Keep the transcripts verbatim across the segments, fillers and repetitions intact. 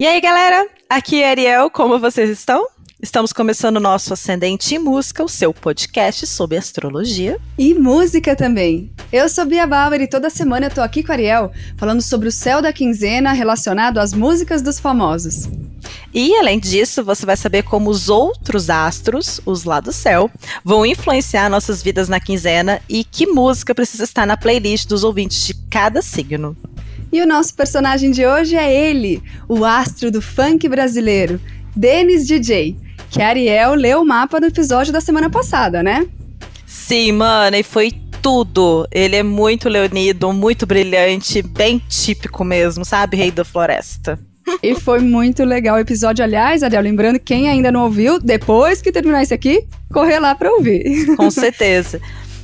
aí, galera? Aqui é Ariel, como vocês estão? Estamos começando o nosso Ascendente em Música, o seu podcast sobre astrologia. E música também. Eu sou Bia Bauer e toda semana eu tô aqui com a Ariel, falando sobre o céu da quinzena relacionado às músicas dos famosos. E, além disso, você vai saber como os outros astros, os lá do céu, vão influenciar nossas vidas na quinzena e que música precisa estar na playlist dos ouvintes de cada signo. E o nosso personagem de hoje é ele, o astro do funk brasileiro, Denis D J, que a Ariel leu o mapa no episódio da semana passada, né? Sim, mano, e foi tudo. Ele é muito leonido, muito brilhante, bem típico mesmo, sabe? Rei da floresta. E foi muito legal o episódio, aliás, Ariel, lembrando, quem ainda não ouviu, depois que terminar esse aqui, correr lá pra ouvir. Com certeza.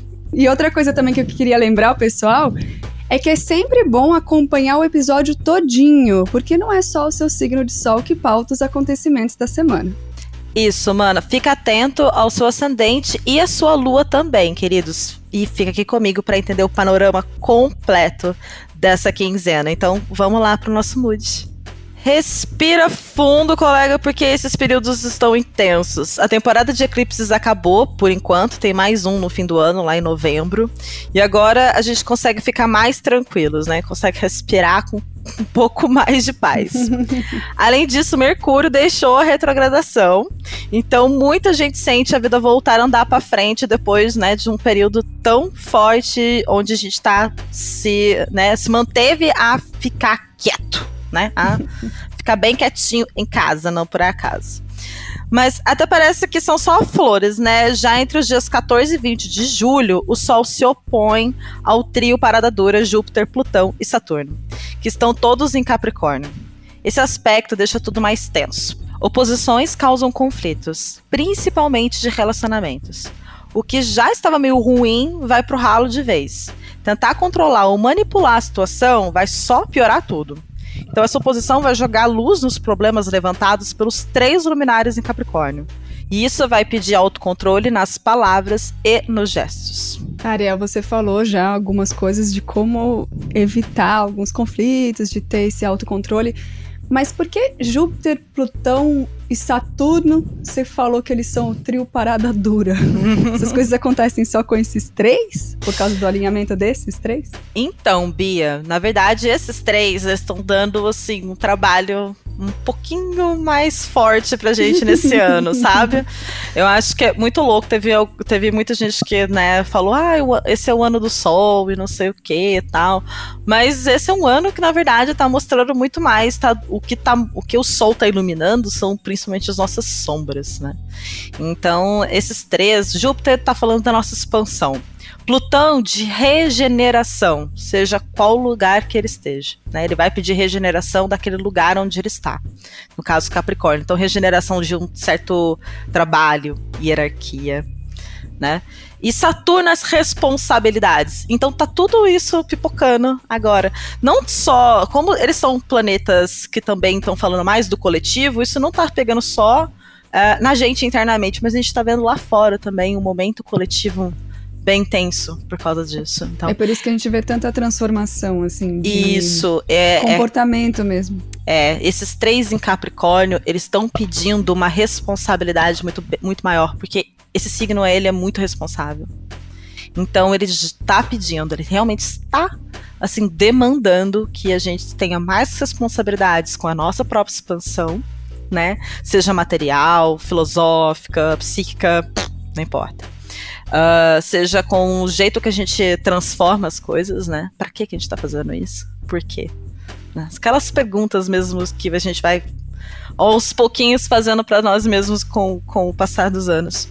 E outra coisa também que eu queria lembrar o pessoal é que é sempre bom acompanhar o episódio todinho, porque não é só o seu signo de sol que pauta os acontecimentos da semana. Isso, mano. Fica atento ao seu ascendente e à sua lua também, queridos. E fica aqui comigo para entender o panorama completo dessa quinzena. Então, vamos lá pro nosso mood. Respira fundo, colega, porque esses períodos estão intensos. A temporada de eclipses acabou, por enquanto, tem mais um no fim do ano, lá em novembro. E agora a gente consegue ficar mais tranquilos, né? Consegue respirar com um pouco mais de paz. Além disso, Mercúrio deixou a retrogradação. Então, muita gente sente a vida voltar a andar para frente depois, né, de um período tão forte, onde a gente tá se, né, se manteve a ficar quieto. Né? A ficar bem quietinho em casa, não por acaso. Mas até parece que são só flores, né? Já entre os dias quatorze e vinte de julho, o Sol se opõe ao trio Parada Dura Júpiter, Plutão e Saturno, que estão todos em Capricórnio. Esse aspecto deixa tudo mais tenso. Oposições causam conflitos, principalmente de relacionamentos. O que já estava meio ruim vai pro ralo de vez. Tentar controlar ou manipular a situação vai só piorar tudo. Então essa oposição vai jogar luz nos problemas levantados pelos três luminares em Capricórnio. E isso vai pedir autocontrole nas palavras e nos gestos. Ariel, você falou já algumas coisas de como evitar alguns conflitos, de ter esse autocontrole. Mas por que Júpiter, Plutão e Saturno, você falou que eles são o trio Parada Dura? Essas coisas acontecem só com esses três? Por causa do alinhamento desses três? Então, Bia, na verdade, esses três estão dando, assim, um trabalho um pouquinho mais forte pra gente nesse ano, sabe? Eu acho que é muito louco. Teve, teve muita gente que, né, falou, ah, esse é o ano do sol e não sei o que e tal. Mas esse é um ano que, na verdade, tá mostrando muito mais, tá? O que, tá, o que o sol tá iluminando são principalmente as nossas sombras, né? Então, esses três, Júpiter tá falando da nossa expansão. Plutão de regeneração, seja qual lugar que ele esteja, né? Ele vai pedir regeneração daquele lugar onde ele está. No caso, Capricórnio. Então, regeneração de um certo trabalho, hierarquia, né? E Saturno, as responsabilidades. Então tá tudo isso pipocando agora. Não só, como eles são planetas que também estão falando mais do coletivo, isso não tá pegando só uh, na gente internamente, mas a gente tá vendo lá fora também um momento coletivo bem tenso por causa disso. Então, é por isso que a gente vê tanta transformação, assim, de isso, é, comportamento é, mesmo. É, esses três em Capricórnio, eles estão pedindo uma responsabilidade muito, muito maior, porque esse signo, ele é muito responsável. Então, ele está pedindo, ele realmente está, assim, demandando que a gente tenha mais responsabilidades com a nossa própria expansão, né? Seja material, filosófica, psíquica, não importa. Uh, seja com o jeito que a gente transforma as coisas, né? Pra que que a gente tá fazendo isso? Por quê? Né? Aquelas perguntas mesmo que a gente vai aos pouquinhos fazendo pra nós mesmos com, com o passar dos anos.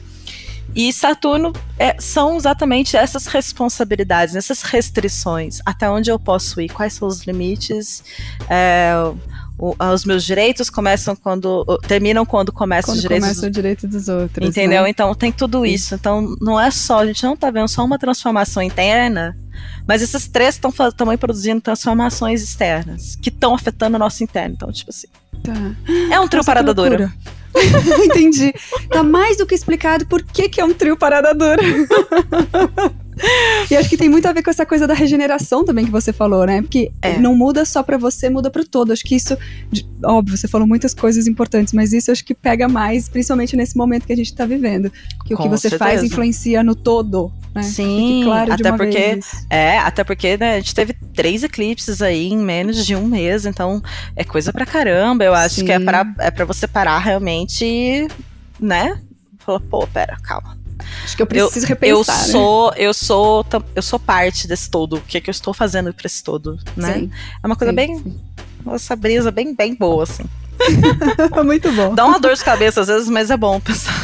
E Saturno é, são exatamente essas responsabilidades, essas restrições. Até onde eu posso ir? Quais são os limites? É, o, os meus direitos começam quando terminam quando começam quando os direitos começa do... o direito dos outros, entendeu? Né? Então tem tudo isso. Então não é só, a gente não tá vendo só uma transformação interna, mas esses três estão também produzindo transformações externas que estão afetando o nosso interno. Então, tipo assim, tá. É um trio Parada Dura. Entendi. Tá mais do que explicado por que que é um trio Parada Dura. E acho que tem muito a ver com essa coisa da regeneração também que você falou, né? Porque É. não muda só pra você, muda pro todo. Acho que isso, de- óbvio, você falou muitas coisas importantes, mas isso acho que pega mais, principalmente nesse momento que a gente tá vivendo. Que o Com que você faz certeza. influencia no todo, né? Sim, Fique claro de até uma porque- vez isso. É, até porque, né, a gente teve três eclipses aí em menos de um mês, então é coisa pra caramba. Eu acho Sim. que é pra, é pra você parar realmente e, né? Falar, pô, pera, calma. Acho que eu Eu, preciso eu repensar, né? sou, eu sou, tam- eu sou parte desse todo. O que, que eu estou fazendo pra esse todo, né? Sim, É uma coisa sim, bem, sim. essa brisa bem, bem boa, assim. Muito bom. Dá uma dor de cabeça às vezes, mas é bom pensar.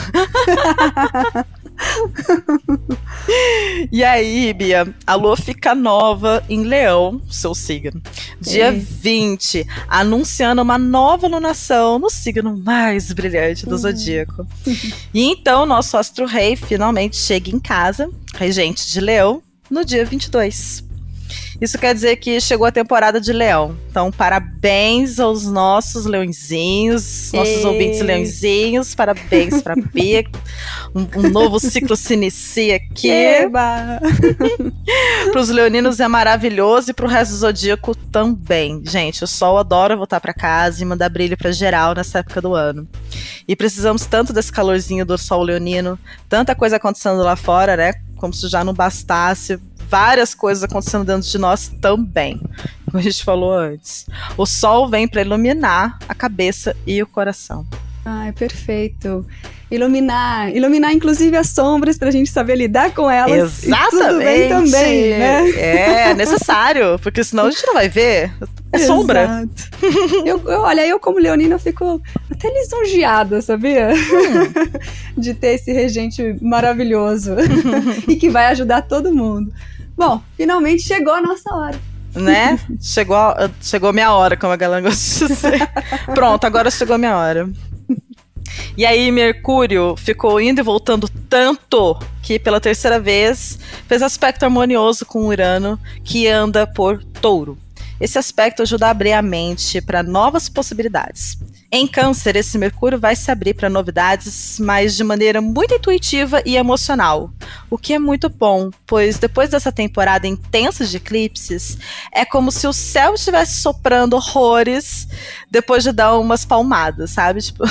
E aí, Bia, a lua fica nova em Leão, seu signo. Dia Ei. vinte, anunciando uma nova lunação no signo mais brilhante do Hum. zodíaco. E então, nosso astro-rei finalmente chega em casa, regente de Leão, no dia vinte e dois. Isso quer dizer que chegou a temporada de Leão. Então, parabéns aos nossos leõezinhos, nossos Ei. ouvintes leõezinhos. Parabéns pra Bia. Um, um novo ciclo se inicia aqui. Eba! Para os leoninos é maravilhoso e para o resto do zodíaco também. Gente, o sol adora voltar para casa e mandar brilho para geral nessa época do ano. E precisamos tanto desse calorzinho do sol leonino, tanta coisa acontecendo lá fora, né? Como se já não bastasse. Várias coisas acontecendo dentro de nós também, como a gente falou antes. O sol vem para iluminar a cabeça e o coração. Ai, perfeito. Iluminar, iluminar inclusive as sombras pra gente saber lidar com elas. Exatamente. E tudo bem também, né? É necessário, porque senão a gente não vai ver. É sombra. Exato. eu, eu, olha, eu como leonina eu fico até lisonjeada, sabia? Hum. De ter esse regente maravilhoso e que vai ajudar todo mundo. Bom, finalmente chegou a nossa hora. Né? Chegou, a- chegou a minha hora, como a galera gosta de dizer. Pronto, agora chegou a minha hora. E aí, Mercúrio ficou indo e voltando tanto que, pela terceira vez, fez aspecto harmonioso com Urano, que anda por Touro. Esse aspecto ajuda a abrir a mente para novas possibilidades. Em Câncer, esse Mercúrio vai se abrir para novidades, mas de maneira muito intuitiva e emocional, o que é muito bom, pois depois dessa temporada intensa de eclipses, é como se o céu estivesse soprando horrores depois de dar umas palmadas, sabe? Tipo,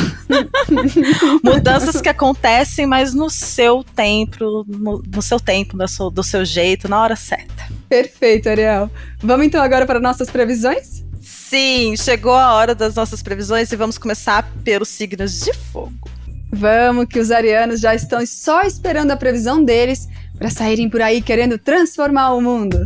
mudanças que acontecem, mas no seu tempo, no, no seu tempo, no seu, do seu jeito, na hora certa. Perfeito, Ariel. Vamos então agora para nossas previsões? Sim, chegou a hora das nossas previsões e vamos começar pelos signos de fogo. Vamos, que os arianos já estão só esperando a previsão deles para saírem por aí querendo transformar o mundo.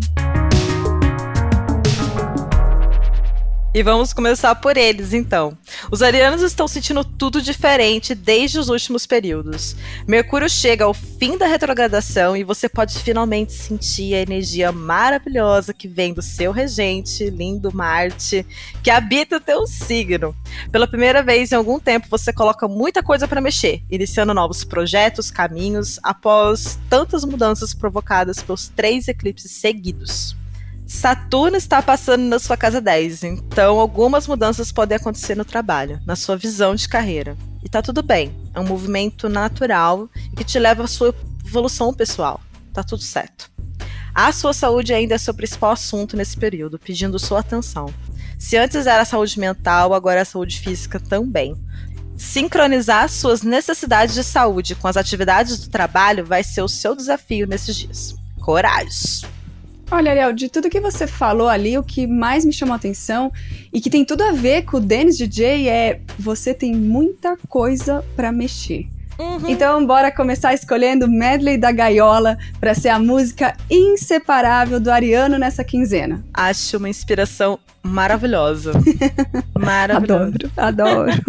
E vamos começar por eles, então. Os arianos estão sentindo tudo diferente desde os últimos períodos. Mercúrio chega ao fim da retrogradação e você pode finalmente sentir a energia maravilhosa que vem do seu regente, lindo Marte, que habita o teu signo. Pela primeira vez em algum tempo, você coloca muita coisa para mexer, iniciando novos projetos, caminhos, após tantas mudanças provocadas pelos três eclipses seguidos. Saturno está passando na sua casa dez, então algumas mudanças podem acontecer no trabalho, na sua visão de carreira. E tá tudo bem, é um movimento natural e que te leva à sua evolução pessoal. Tá tudo certo. A sua saúde ainda é seu principal assunto nesse período, pedindo sua atenção. Se antes era a saúde mental, agora é a saúde física também. Sincronizar suas necessidades de saúde com as atividades do trabalho vai ser o seu desafio nesses dias. Coragem! Olha, Ariel, de tudo que você falou ali, o que mais me chamou a atenção e que tem tudo a ver com o Dennis D J é você tem muita coisa pra mexer. Uhum. Então, bora começar escolhendo Medley da Gaiola para ser a música inseparável do Ariano nessa quinzena. Acho uma inspiração maravilhosa. Maravilhosa. Adoro, adoro.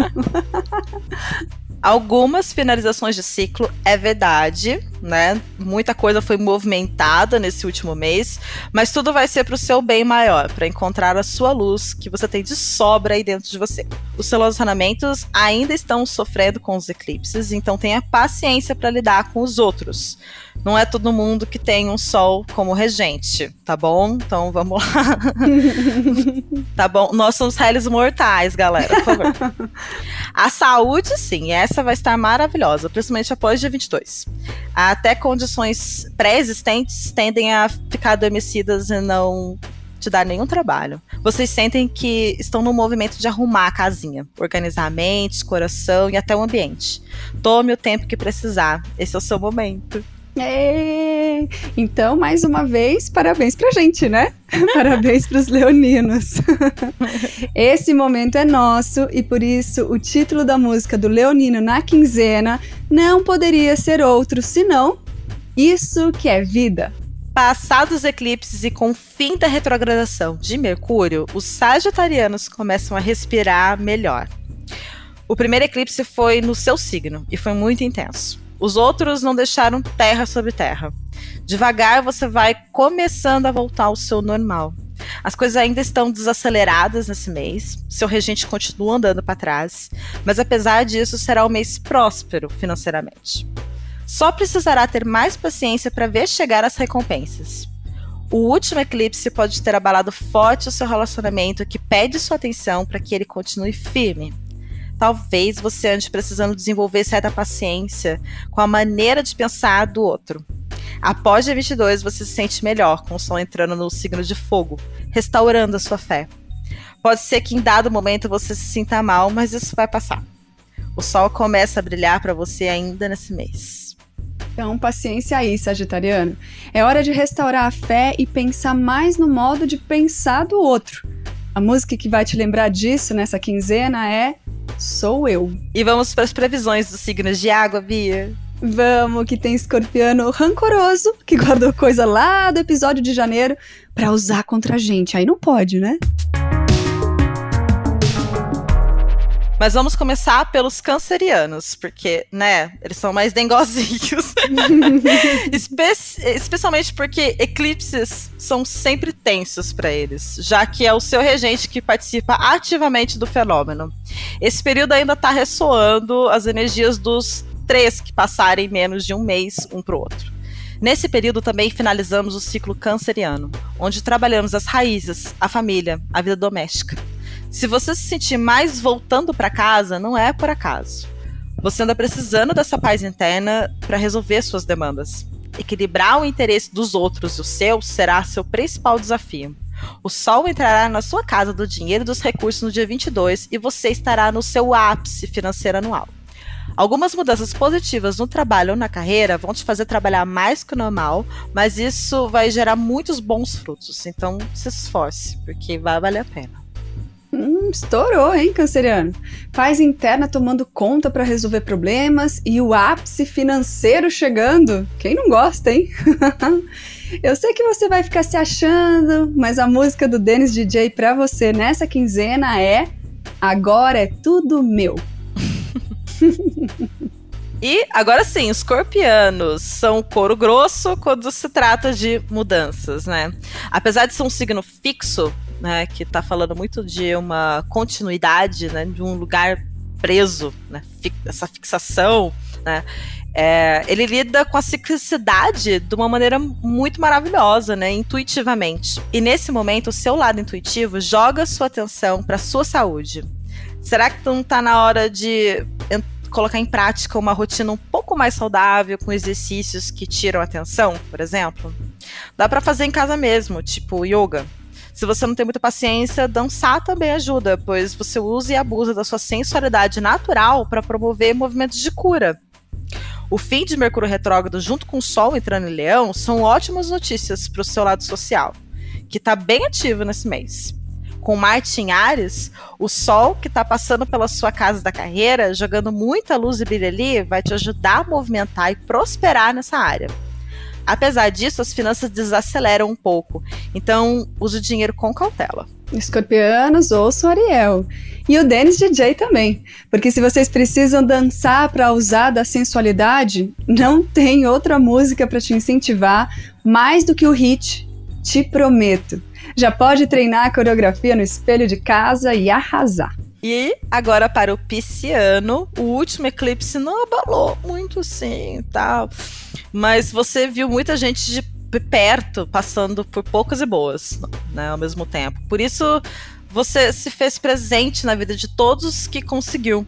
Algumas finalizações de ciclo, é verdade, né? Muita coisa foi movimentada nesse último mês, mas tudo vai ser para o seu bem maior, para encontrar a sua luz que você tem de sobra aí dentro de você. Os seus relacionamentos ainda estão sofrendo com os eclipses, então tenha paciência para lidar com os outros. Não é todo mundo que tem um sol como regente, tá bom? Então vamos lá. Tá bom? Nós somos réis mortais, galera, por favor. A saúde, sim, essa vai estar maravilhosa, principalmente após dia vinte e dois. A até condições pré-existentes tendem a ficar adormecidas e não te dar nenhum trabalho. Vocês sentem que estão no movimento de arrumar a casinha, organizar a mente, coração e até o ambiente. Tome o tempo que precisar. Esse é o seu momento. É. Então, mais uma vez, parabéns pra gente, né? Parabéns pros leoninos. Esse momento é nosso e por isso o título da música do Leonino na quinzena não poderia ser outro senão Isso que é Vida. Passados os eclipses e com o fim da retrogradação de Mercúrio, os sagitarianos começam a respirar melhor. O primeiro eclipse foi no seu signo e foi muito intenso. Os outros não deixaram terra sobre terra. Devagar você vai começando a voltar ao seu normal. As coisas ainda estão desaceleradas nesse mês, seu regente continua andando para trás, mas apesar disso será um mês próspero financeiramente. Só precisará ter mais paciência para ver chegar as recompensas. O último eclipse pode ter abalado forte o seu relacionamento que pede sua atenção para que ele continue firme. Talvez você ande precisando desenvolver certa paciência com a maneira de pensar do outro. Após dia vinte e dois, você se sente melhor com o sol entrando no signo de fogo, restaurando a sua fé. Pode ser que em dado momento você se sinta mal, mas isso vai passar. O sol começa a brilhar para você ainda nesse mês. Então, paciência aí, sagitariano. É hora de restaurar a fé e pensar mais no modo de pensar do outro. A música que vai te lembrar disso nessa quinzena é Sou Eu. E vamos para as previsões dos signos de água, Bia? Vamos, que tem escorpiano rancoroso, que guardou coisa lá do episódio de janeiro pra usar contra a gente. Aí não pode, né? Mas vamos começar pelos cancerianos, porque, né, eles são mais dengozinhos. Espe- especialmente porque eclipses são sempre tensos para eles, já que é o seu regente que participa ativamente do fenômeno. Esse período ainda está ressoando as energias dos três que passarem menos de um mês um para o outro. Nesse período também finalizamos o ciclo canceriano, onde trabalhamos as raízes, a família, a vida doméstica. Se você se sentir mais voltando para casa, não é por acaso. Você anda precisando dessa paz interna para resolver suas demandas. Equilibrar o interesse dos outros e o seu será seu principal desafio. O Sol entrará na sua casa do dinheiro e dos recursos no dia vinte e dois e você estará no seu ápice financeiro anual. Algumas mudanças positivas no trabalho ou na carreira vão te fazer trabalhar mais que o normal, mas isso vai gerar muitos bons frutos. Então, se esforce, porque vai valer a pena. Hum, estourou, hein, canceriano? Paz interna tomando conta para resolver problemas e o ápice financeiro chegando. Quem não gosta, hein? Eu sei que você vai ficar se achando, mas a música do Dennis D J pra você nessa quinzena é Agora é Tudo Meu. E agora sim, os escorpianos são couro grosso quando se trata de mudanças, né? Apesar de ser um signo fixo, né, que tá falando muito de uma continuidade, né, de um lugar preso, né, fi- essa fixação, né, é, ele lida com a ciclicidade de uma maneira muito maravilhosa, né, intuitivamente. E nesse momento, o seu lado intuitivo joga sua atenção para sua saúde. Será que não tá na hora de ent- colocar em prática uma rotina um pouco mais saudável, com exercícios que tiram a atenção, por exemplo? Dá para fazer em casa mesmo, tipo yoga. Se você não tem muita paciência, dançar também ajuda, pois você usa e abusa da sua sensualidade natural para promover movimentos de cura. O fim de Mercúrio retrógrado junto com o Sol entrando em Leão são ótimas notícias para o seu lado social, que está bem ativo nesse mês. Com Marte em Áries, o Sol que está passando pela sua casa da carreira, jogando muita luz e brilho ali, vai te ajudar a movimentar e prosperar nessa área. Apesar disso, as finanças desaceleram um pouco, então use o dinheiro com cautela. Escorpianos, ouçam Ariel. E o Dennis D J também, porque se vocês precisam dançar para usar da sensualidade, não tem outra música para te incentivar mais do que o hit Te Prometo. Já pode treinar a coreografia no espelho de casa e arrasar. E agora para o pisciano, o último eclipse não abalou muito sim e tal, mas você viu muita gente de perto passando por poucas e boas, né, ao mesmo tempo. Por isso você se fez presente na vida de todos que conseguiu,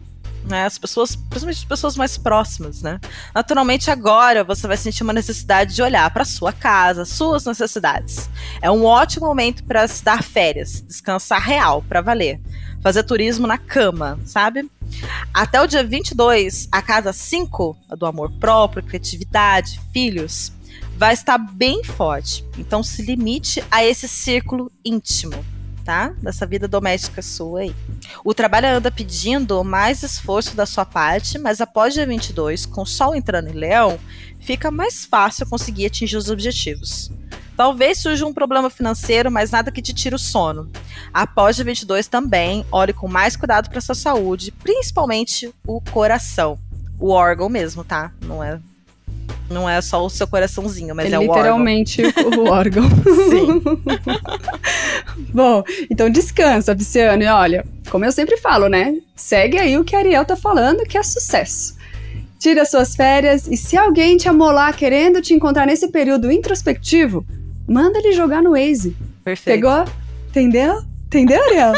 né? As pessoas, principalmente as pessoas mais próximas, né? Naturalmente, agora você vai sentir uma necessidade de olhar para sua casa, suas necessidades. É um ótimo momento para se dar férias, descansar real, para valer. Fazer turismo na cama, sabe? Até o dia vinte e dois, a casa cinco, a do amor próprio, criatividade, filhos, vai estar bem forte. Então se limite a esse círculo íntimo, tá? Dessa vida doméstica sua aí. O trabalho anda pedindo mais esforço da sua parte, mas após dia vinte e dois, com o Sol entrando em Leão, fica mais fácil conseguir atingir os objetivos. Talvez surja um problema financeiro, mas nada que te tire o sono. Após dia vinte e dois também, olhe com mais cuidado para sua saúde, principalmente o coração. O órgão mesmo, tá? Não é, não é só o seu coraçãozinho, mas é, é o órgão. Literalmente o órgão. Sim. Bom, então descansa, Pisciano. E olha, como eu sempre falo, né? Segue aí o que a Ariel tá falando, que é sucesso. Tira suas férias e se alguém te amolar querendo te encontrar nesse período introspectivo, manda ele jogar no Waze. Perfeito. Pegou? Entendeu? Entendeu, Ariel?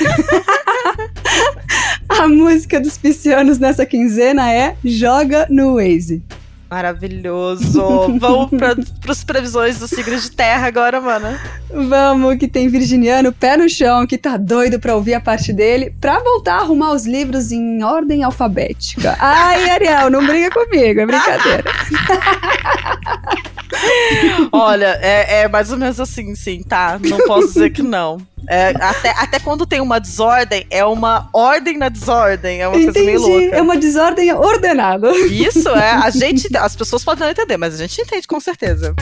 A música dos piscianos nessa quinzena é Joga no Waze. Maravilhoso. Vamos para as previsões dos signos de terra agora, mana. Vamos, que tem virginiano pé no chão, que tá doido pra ouvir a parte dele, pra voltar a arrumar os livros em ordem alfabética. Ai, Ariel, não briga comigo, é brincadeira. Olha, é, é mais ou menos assim, sim, tá? Não posso dizer que não. É, até, até quando tem uma desordem, é uma ordem na desordem, é uma Entendi, coisa meio louca. É uma desordem ordenada. Isso, é, a gente, as pessoas podem não entender, mas a gente entende com certeza.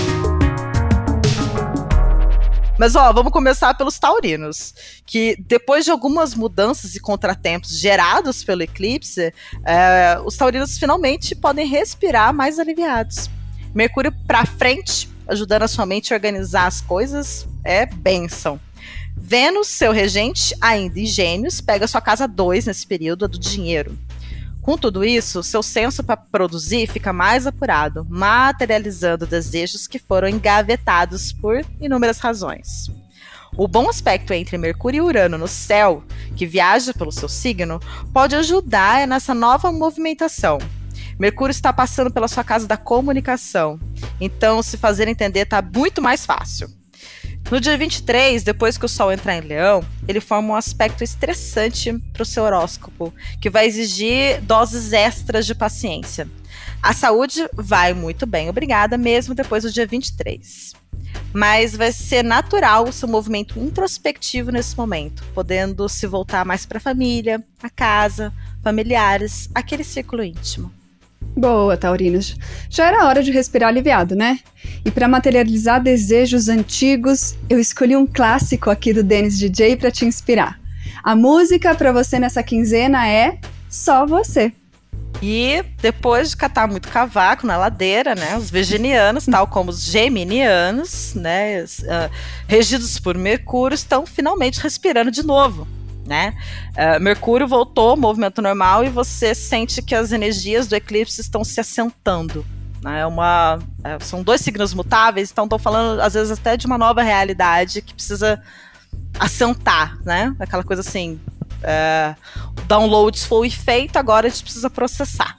Mas ó, vamos começar pelos taurinos, que depois de algumas mudanças e contratempos gerados pelo eclipse, é, os taurinos finalmente podem respirar mais aliviados. Mercúrio pra frente, ajudando a sua mente a organizar as coisas, é bênção. Vênus, seu regente, ainda em Gêmeos, pega sua casa dois nesse período, a do dinheiro. Com tudo isso, seu senso para produzir fica mais apurado, materializando desejos que foram engavetados por inúmeras razões. O bom aspecto entre Mercúrio e Urano no céu, que viaja pelo seu signo, pode ajudar nessa nova movimentação. Mercúrio está passando pela sua casa da comunicação, então se fazer entender está muito mais fácil. No dia vinte e três, depois que o Sol entrar em Leão, ele forma um aspecto estressante para o seu horóscopo, que vai exigir doses extras de paciência. A saúde vai muito bem, obrigada, mesmo depois do dia vinte e três. Mas vai ser natural o seu movimento introspectivo nesse momento, podendo se voltar mais para a família, a casa, familiares, aquele círculo íntimo. Boa, taurinos. Já era hora de respirar aliviado, né? E para materializar desejos antigos, eu escolhi um clássico aqui do Dennis D J para te inspirar. A música para você nessa quinzena é Só Você. E depois de catar muito cavaco na ladeira, né, os virginianos, tal como os geminianos, né, uh, regidos por Mercúrio, estão finalmente respirando de novo. Né? Uh, Mercúrio voltou ao movimento normal e você sente que as energias do eclipse estão se assentando. Né? É uma, é, são dois signos mutáveis, então estão falando às vezes até de uma nova realidade que precisa assentar, né? Aquela coisa assim, é, o download foi feito, agora a gente precisa processar.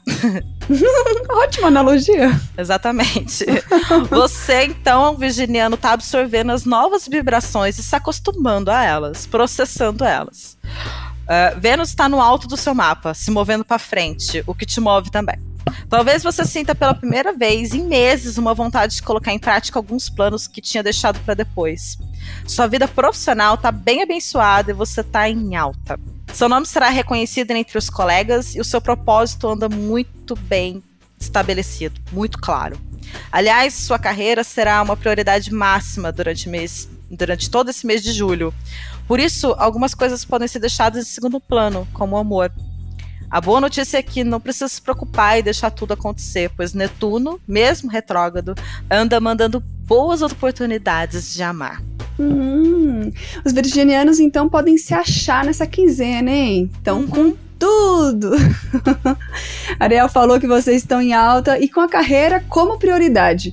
Ótima analogia. Exatamente. Você, então, virginiano, está absorvendo as novas vibrações e se acostumando a elas, processando elas. Uh, Vênus está no alto do seu mapa, se movendo para frente, o que te move também. Talvez você sinta pela primeira vez em meses uma vontade de colocar em prática alguns planos que tinha deixado para depois. Sua vida profissional está bem abençoada e você está em alta. Seu nome será reconhecido entre os colegas e o seu propósito anda muito bem estabelecido, muito claro. Aliás, sua carreira será uma prioridade máxima durante, mês, durante todo esse mês de julho. Por isso, algumas coisas podem ser deixadas em segundo plano, como o amor. A boa notícia é que não precisa se preocupar e deixar tudo acontecer, pois Netuno, mesmo retrógrado, anda mandando boas oportunidades de amar. Hum, os virginianos, então, podem se achar nessa quinzena, hein? Então, uhum. com tudo! Ariel falou que vocês estão em alta e com a carreira como prioridade.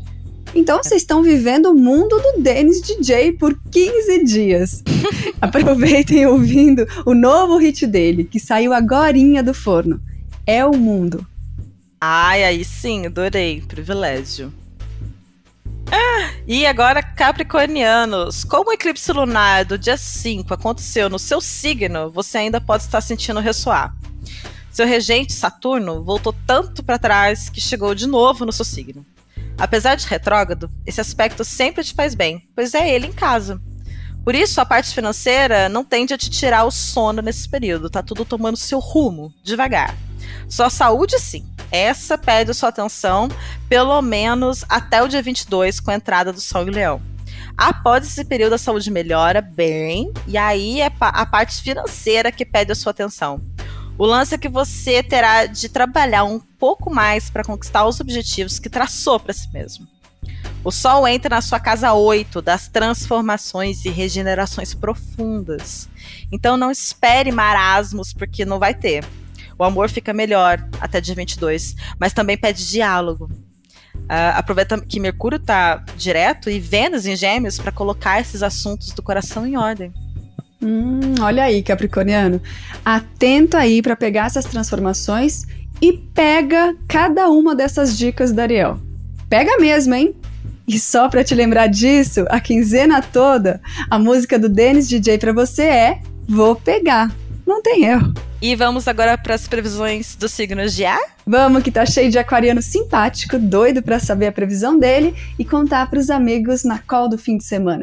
Então vocês estão vivendo o mundo do Dennis D J por quinze dias. Aproveitem ouvindo o novo hit dele, que saiu agorinha do forno. É o Mundo. Ai, aí sim, adorei. Privilégio. Ah, e agora, capricornianos, como o eclipse lunar do dia cinco aconteceu no seu signo, você ainda pode estar sentindo ressoar. Seu regente, Saturno, voltou tanto para trás que chegou de novo no seu signo. Apesar de retrógrado, esse aspecto sempre te faz bem, pois é ele em casa. Por isso, a parte financeira não tende a te tirar o sono nesse período, tá tudo tomando seu rumo, devagar. Sua saúde, sim. Essa pede a sua atenção, pelo menos até o dia vinte e dois, com a entrada do Sol em Leão. Após esse período, a saúde melhora bem, e aí é a parte financeira que pede a sua atenção. O lance é que você terá de trabalhar um pouco mais para conquistar os objetivos que traçou para si mesmo. O Sol entra na sua casa oito das transformações e regenerações profundas. Então não espere marasmos, porque não vai ter. O amor fica melhor até dia vinte e dois, mas também pede diálogo. Uh, aproveita que Mercúrio está direto e Vênus em Gêmeos para colocar esses assuntos do coração em ordem. Hum, olha aí, Capricorniano. Atento aí para pegar essas transformações e pega cada uma dessas dicas da Ariel. Pega mesmo, hein? E só para te lembrar disso, a quinzena toda, a música do Dennis D J para você é Vou Pegar. Não tem erro. E vamos agora para as previsões dos signos de ar? Vamos, que tá cheio de aquariano simpático, doido para saber a previsão dele e contar para os amigos na call do fim de semana.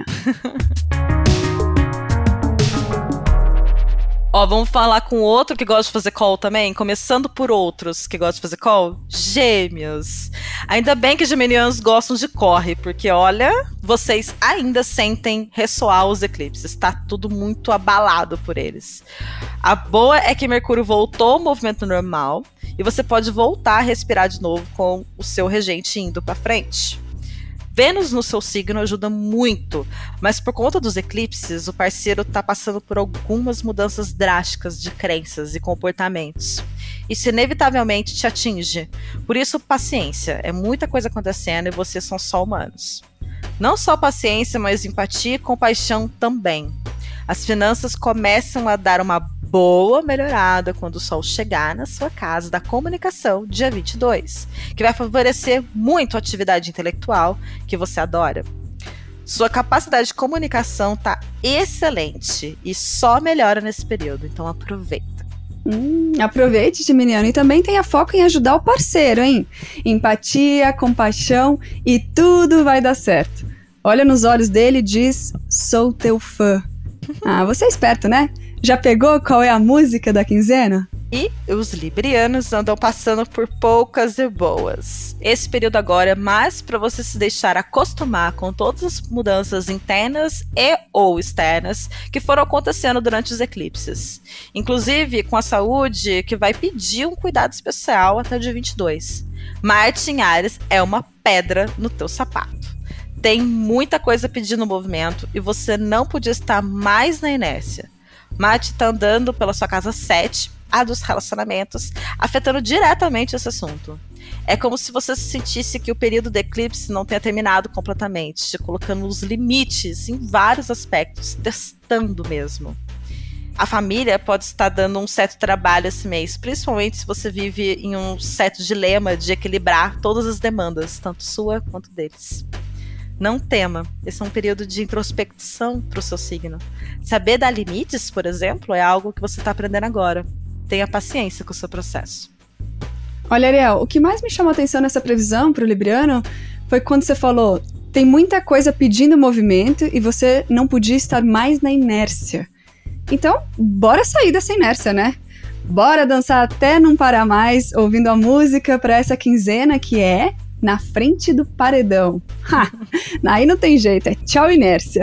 Ó, vamos falar com outro que gosta de fazer call também, começando por outros que gostam de fazer call. Gêmeos. Ainda bem que geminianos gostam de corre, porque olha, vocês ainda sentem ressoar os eclipses, tá tudo muito abalado por eles. A boa é que Mercúrio voltou ao movimento normal e você pode voltar a respirar de novo com o seu regente indo pra frente. Vênus no seu signo ajuda muito, mas por conta dos eclipses, o parceiro está passando por algumas mudanças drásticas de crenças e comportamentos. Isso inevitavelmente te atinge. Por isso, paciência. É muita coisa acontecendo e vocês são só humanos. Não só paciência, mas empatia e compaixão também. As finanças começam a dar uma boa melhorada quando o Sol chegar na sua casa da comunicação, dia vinte e dois, que vai favorecer muito a atividade intelectual que você adora. Sua capacidade de comunicação está excelente e só melhora nesse período, então aproveita. Hum, aproveite, Geminiano, e também tenha foco em ajudar o parceiro, hein? Empatia, compaixão e tudo vai dar certo. Olha nos olhos dele e diz, sou teu fã. Ah, você é esperto, né? Já pegou qual é a música da quinzena? E os librianos andam passando por poucas e boas. Esse período agora é mais para você se deixar acostumar com todas as mudanças internas e ou externas que foram acontecendo durante os eclipses. Inclusive com a saúde, que vai pedir um cuidado especial até o dia vinte e dois. Marte em Áries é uma pedra no teu sapato. Tem muita coisa pedindo movimento e você não podia estar mais na inércia. Marte está andando pela sua casa sete, a dos relacionamentos, afetando diretamente esse assunto. É como se você sentisse que o período do eclipse não tenha terminado completamente, te colocando os limites em vários aspectos, testando mesmo. A família pode estar dando um certo trabalho esse mês, principalmente se você vive em um certo dilema de equilibrar todas as demandas, tanto sua quanto deles. Não tema, esse é um período de introspecção para o seu signo. Saber dar limites, por exemplo, é algo que você está aprendendo agora. Tenha paciência com o seu processo. Olha, Ariel, o que mais me chamou a atenção nessa previsão para o Libriano foi quando você falou, tem muita coisa pedindo movimento e você não podia estar mais na inércia. Então, bora sair dessa inércia, né? Bora dançar até não parar mais, ouvindo a música para essa quinzena que é Na Frente do Paredão. Ha! Aí não tem jeito, é tchau inércia.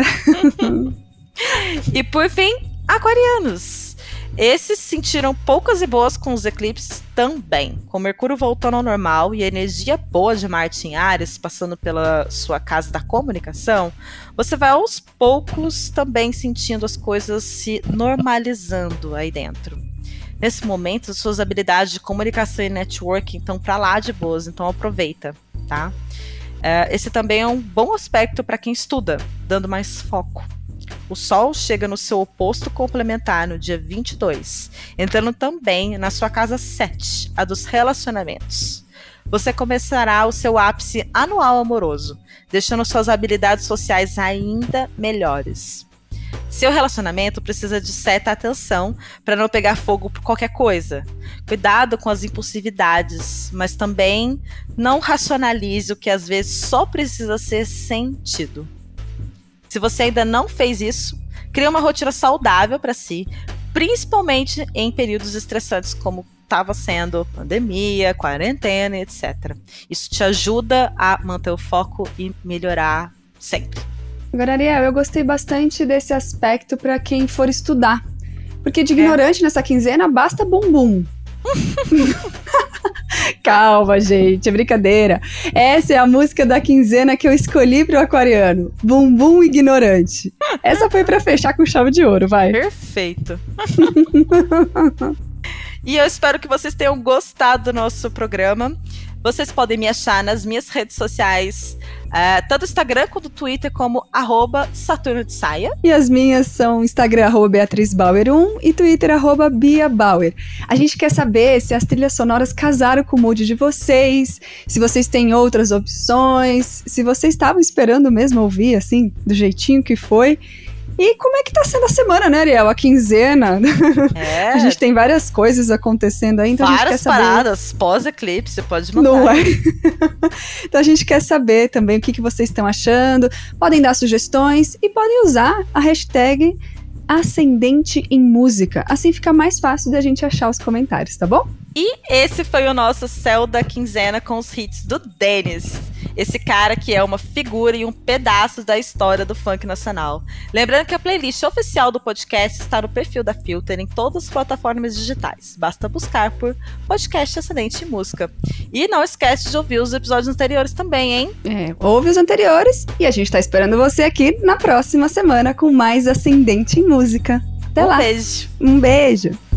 E por fim, aquarianos. Esses sentiram poucas e boas com os eclipses também. Com Mercúrio voltando ao normal e a energia boa de Marte em Áries passando pela sua casa da comunicação, você vai aos poucos também sentindo as coisas se normalizando aí dentro. Nesse momento, suas habilidades de comunicação e networking estão pra lá de boas, então aproveita, tá? É, esse também é um bom aspecto para quem estuda, dando mais foco. O Sol chega no seu oposto complementar no dia vinte e dois, entrando também na sua casa sete, a dos relacionamentos. Você começará o seu ápice anual amoroso, deixando suas habilidades sociais ainda melhores. Seu relacionamento precisa de certa atenção para não pegar fogo por qualquer coisa. Cuidado com as impulsividades, mas também não racionalize o que às vezes só precisa ser sentido. Se você ainda não fez isso, crie uma rotina saudável para si, principalmente em períodos estressantes como estava sendo pandemia, quarentena, etcétera. Isso te ajuda a manter o foco e melhorar sempre. Agora, Ariel, eu gostei bastante desse aspecto para quem for estudar. Porque de ignorante é. nessa quinzena basta bumbum. Calma, gente, é brincadeira. Essa é a música da quinzena que eu escolhi pro aquariano. Bumbum ignorante. Essa foi pra fechar com chave de ouro, vai. Perfeito. E eu espero que vocês tenham gostado do nosso programa. Vocês podem me achar nas minhas redes sociais, uh, tanto Instagram quanto Twitter, como arroba Saturno de Saia. E as minhas são Instagram, arroba Beatriz Bauer um e Twitter, arroba Bia Bauer. A gente quer saber se as trilhas sonoras casaram com o mood de vocês, se vocês têm outras opções, se vocês estavam esperando mesmo ouvir, assim, do jeitinho que foi. E como é que tá sendo a semana, né, Ariel? A quinzena. É. A gente tem várias coisas acontecendo aí, então várias a gente quer saber... paradas, pós-eclipse, pode mandar. Não é? Então a gente quer saber também o que, que vocês estão achando. Podem dar sugestões e podem usar a hashtag Ascendente em Música. Assim fica mais fácil da gente achar os comentários, tá bom? E esse foi o nosso Céu da Quinzena com os hits do Denis. Esse cara que é uma figura e um pedaço da história do funk nacional. Lembrando que a playlist oficial do podcast está no perfil da Filter em todas as plataformas digitais. Basta buscar por Podcast Ascendente em Música. E não esquece de ouvir os episódios anteriores também, hein? É, ouve os anteriores e a gente tá esperando você aqui na próxima semana com mais Ascendente em Música. Até um lá. beijo. Um beijo.